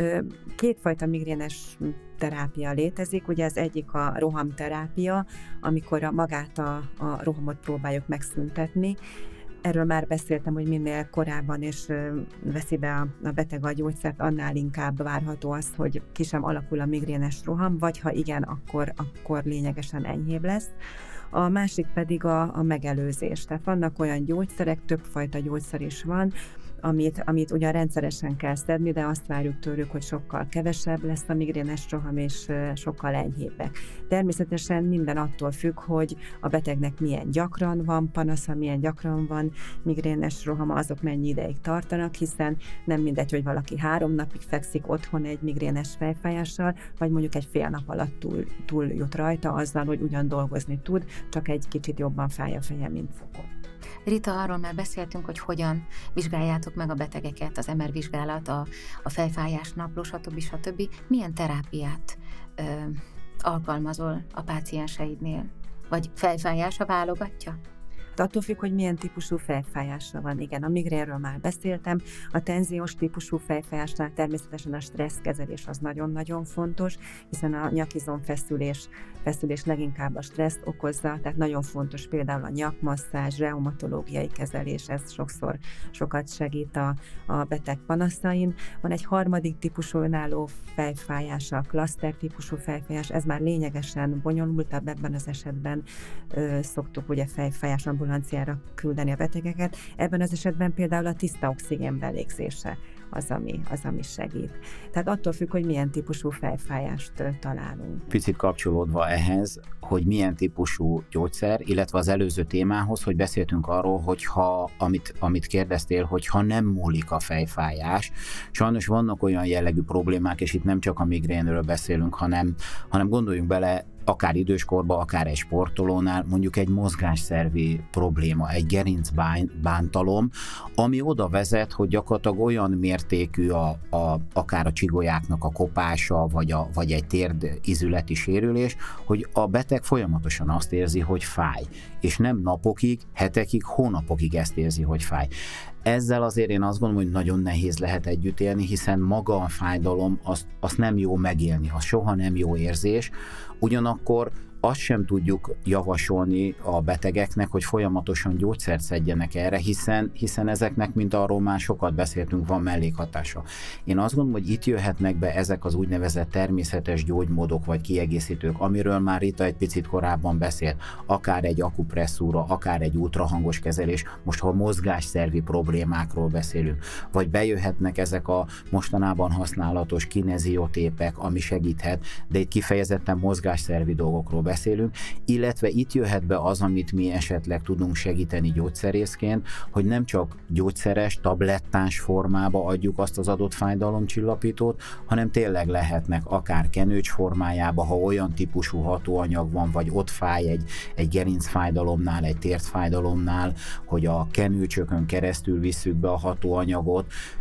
Speaker 2: Kétfajta migrénes terápia létezik, ugye az egyik a rohamterápia, amikor a magát a, a rohamot próbáljuk megszüntetni. Erről már beszéltem, hogy minél korábban és veszi be a, a beteg a gyógyszert, annál inkább várható az, hogy ki sem alakul a migrénes roham, vagy ha igen, akkor, akkor lényegesen enyhébb lesz. A másik pedig a, a megelőzés. Tehát vannak olyan gyógyszerek, többfajta gyógyszer is van, amit, amit ugyan rendszeresen kell szedni, de azt várjuk tőlük, hogy sokkal kevesebb lesz a migrénes roham, és sokkal enyhébbek. Természetesen minden attól függ, hogy a betegnek milyen gyakran van panasza, milyen gyakran van migrénes rohama, azok mennyi ideig tartanak, hiszen nem mindegy, hogy valaki három napig fekszik otthon egy migrénes fejfájással, vagy mondjuk egy fél nap alatt túl, túl jut rajta azzal, hogy ugyan dolgozni tud, csak egy kicsit jobban fáj a feje, mint szokott.
Speaker 1: Rita, arról már beszéltünk, hogy hogyan vizsgáljátok meg a betegeket, az em er vizsgálat, a, a fejfájás napló, stb. stb. Milyen terápiát ö, alkalmazol a pácienseidnél? Vagy fejfájása válogatja?
Speaker 2: Attól függ, hogy milyen típusú fejfájásra van. Igen, a migrénről már beszéltem, a tenziós típusú fejfájásnál természetesen a stresszkezelés az nagyon-nagyon fontos, hiszen a nyakizomfeszülés feszülés leginkább a stresszt okozza, tehát nagyon fontos például a nyakmasszázs, reumatológiai kezelés, ez sokszor sokat segít a, a beteg panaszain. Van egy harmadik típusú önálló fejfájás, a klaszter típusú fejfájás, ez már lényegesen bonyolultabb, ebben az esetben ö, szoktuk ugye fejfájás ambulanciára küldeni a betegeket. Ebben az esetben például a tiszta oxigén belégzése az, ami, az, ami segít. Tehát attól függ, hogy milyen típusú fejfájást találunk.
Speaker 3: Picit kapcsolódva ehhez, hogy milyen típusú gyógyszer, illetve az előző témához, hogy beszéltünk arról, hogy ha, amit, amit kérdeztél, hogy ha nem múlik a fejfájás, sajnos vannak olyan jellegű problémák, és itt nem csak a migrénről beszélünk, hanem, hanem gondoljunk bele, akár időskorban, akár egy sportolónál, mondjuk egy mozgásszervi probléma, egy gerincbántalom, ami oda vezet, hogy gyakorlatilag olyan mértékű a, a, akár a csigolyáknak a kopása, vagy, a, vagy egy térd izületi sérülés, hogy a beteg folyamatosan azt érzi, hogy fáj. És nem napokig, hetekig, hónapokig ezt érzi, hogy fáj. Ezzel azért én azt gondolom, hogy nagyon nehéz lehet együtt élni, hiszen maga a fájdalom, azt, azt nem jó megélni, az soha nem jó érzés. Ugyanakkor azt sem tudjuk javasolni a betegeknek, hogy folyamatosan gyógyszert szedjenek erre, hiszen, hiszen ezeknek, mint arról már sokat beszéltünk, van mellékhatása. Én azt gondolom, hogy itt jöhetnek be ezek az úgynevezett természetes gyógymódok vagy kiegészítők, amiről már Rita egy picit korábban beszélt, akár egy akupresszúra, akár egy ultrahangos kezelés, most ha mozgásszervi problémákról beszélünk, vagy bejöhetnek ezek a mostanában használatos kineziontépek, ami segíthet, de itt kifejezetten mozgásszervi dolgokról beszélünk, illetve itt jöhet be az, amit mi esetleg tudunk segíteni gyógyszerészként, hogy nem csak gyógyszeres, tablettás formába adjuk azt az adott fájdalomcsillapítót, hanem tényleg lehetnek akár kenőcs formájába, ha olyan típusú hatóanyag van, vagy ott fáj egy, egy gerincfájdalomnál, egy térdfájdalomnál, hogy a kenőcsökön keresztül visszük be a hatóanyagot.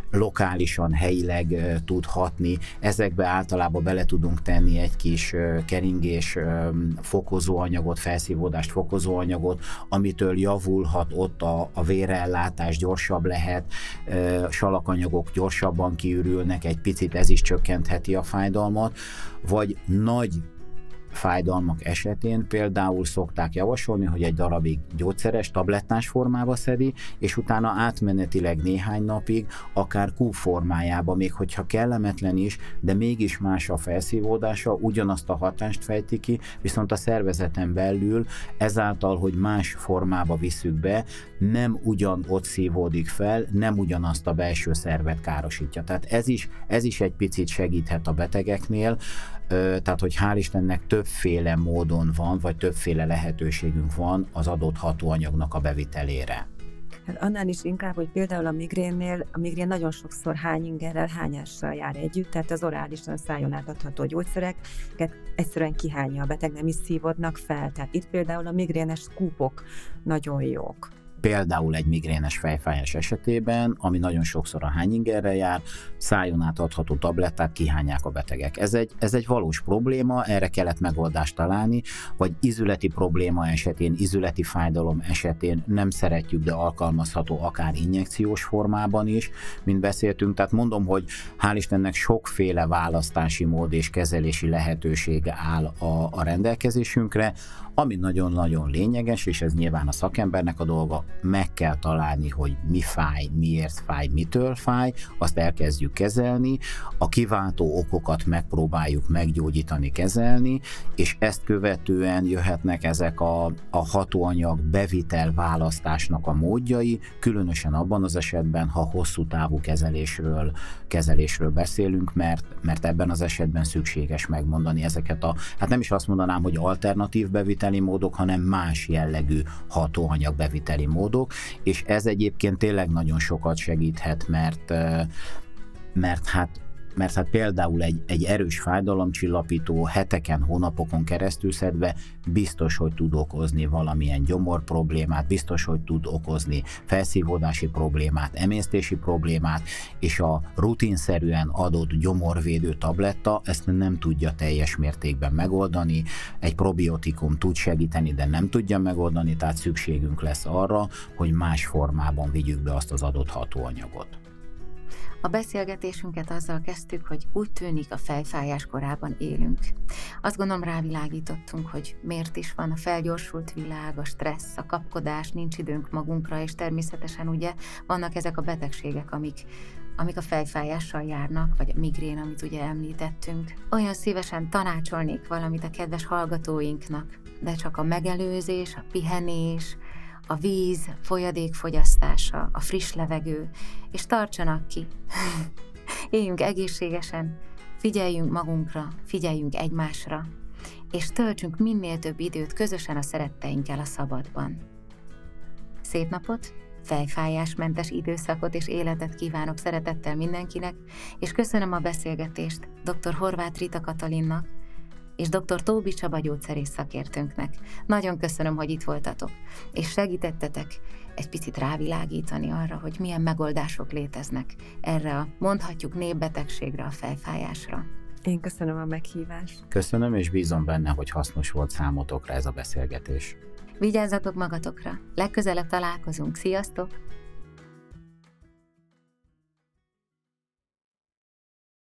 Speaker 3: lokálisan, helyileg tud hatni. Ezekbe általában bele tudunk tenni egy kis keringés fokozóanyagot, felszívódást fokozóanyagot, amitől javulhat ott a, a vérellátás, gyorsabb lehet, salakanyagok gyorsabban kiürülnek, egy picit ez is csökkentheti a fájdalmat, vagy nagy fájdalmak esetén például szokták javasolni, hogy egy darabig gyógyszeres, tablettás formába szedi, és utána átmenetileg néhány napig, akár kúp formájába, még hogyha kellemetlen is, de mégis más a felszívódása, ugyanazt a hatást fejti ki, viszont a szervezeten belül ezáltal, hogy más formába visszük be, nem ugyan ott szívódik fel, nem ugyanazt a belső szervet károsítja. Tehát ez is, ez is egy picit segíthet a betegeknél, tehát, hogy hál' Istennek többféle módon van, vagy többféle lehetőségünk van az adott hatóanyagnak a bevitelére.
Speaker 2: Hát annál is inkább, hogy például a migrénnél, a migrén nagyon sokszor hányingerrel, hányással jár együtt, tehát az orálisan szájon átadható gyógyszereket egyszerűen kihányja a beteg, nem is szívódnak fel. Tehát itt például a migrénes kúpok nagyon jók.
Speaker 3: Például egy migrénes fejfájás esetében, ami nagyon sokszor a hányingerrel jár, szájon át adható tablettát kihányják a betegek. Ez egy, ez egy valós probléma, erre kellett megoldást találni, vagy izületi probléma esetén, izületi fájdalom esetén nem szeretjük, de alkalmazható akár injekciós formában is, mint beszéltünk. Tehát mondom, hogy hál' Istennek sokféle választási mód és kezelési lehetősége áll a, a rendelkezésünkre, ami nagyon-nagyon lényeges, és ez nyilván a szakembernek a dolga, meg kell találni, hogy mi fáj, miért fáj, mitől fáj, azt elkezdjük kezelni, a kiváltó okokat megpróbáljuk meggyógyítani, kezelni, és ezt követően jöhetnek ezek a, a hatóanyag bevitel választásnak a módjai, különösen abban az esetben, ha hosszú távú kezelésről, kezelésről beszélünk, mert, mert ebben az esetben szükséges megmondani ezeket a, hát nem is azt mondanám, hogy alternatív beviteli módok, hanem más jellegű hatóanyag beviteli módok, és ez egyébként tényleg nagyon sokat segíthet, mert, mert hát mert hát például egy, egy erős fájdalomcsillapító heteken, hónapokon keresztül szedve biztos, hogy tud okozni valamilyen gyomor problémát, biztos, hogy tud okozni felszívódási problémát, emésztési problémát, és a rutinszerűen adott gyomorvédő tabletta ezt nem tudja teljes mértékben megoldani, egy probiotikum tud segíteni, de nem tudja megoldani, tehát szükségünk lesz arra, hogy más formában vigyük be azt az adott hatóanyagot.
Speaker 1: A beszélgetésünket azzal kezdtük, hogy úgy tűnik, a fejfájás korában élünk. Azt gondolom, rávilágítottunk, hogy miért is van a felgyorsult világ, a stressz, a kapkodás, nincs időnk magunkra, és természetesen ugye vannak ezek a betegségek, amik, amik a fejfájással járnak, vagy a migrén, amit ugye említettünk. Olyan szívesen tanácsolnék valamit a kedves hallgatóinknak, de csak a megelőzés, a pihenés, a víz, folyadék fogyasztása, a friss levegő, és tartsanak ki. Éljünk egészségesen, figyeljünk magunkra, figyeljünk egymásra, és töltsünk minél több időt közösen a szeretteinkkel a szabadban. Szép napot, fejfájásmentes időszakot és életet kívánok szeretettel mindenkinek, és köszönöm a beszélgetést dr. Horváth Rita Katalinnak, és dr. Tóbi Csaba gyógyszerész szakértőnknek. Nagyon köszönöm, hogy itt voltatok, és segítettetek egy picit rávilágítani arra, hogy milyen megoldások léteznek erre a, mondhatjuk, népbetegségre, a fejfájásra.
Speaker 2: Én köszönöm a meghívást.
Speaker 3: Köszönöm, és bízom benne, hogy hasznos volt számotokra ez a beszélgetés.
Speaker 1: Vigyázzatok magatokra, legközelebb találkozunk. Sziasztok!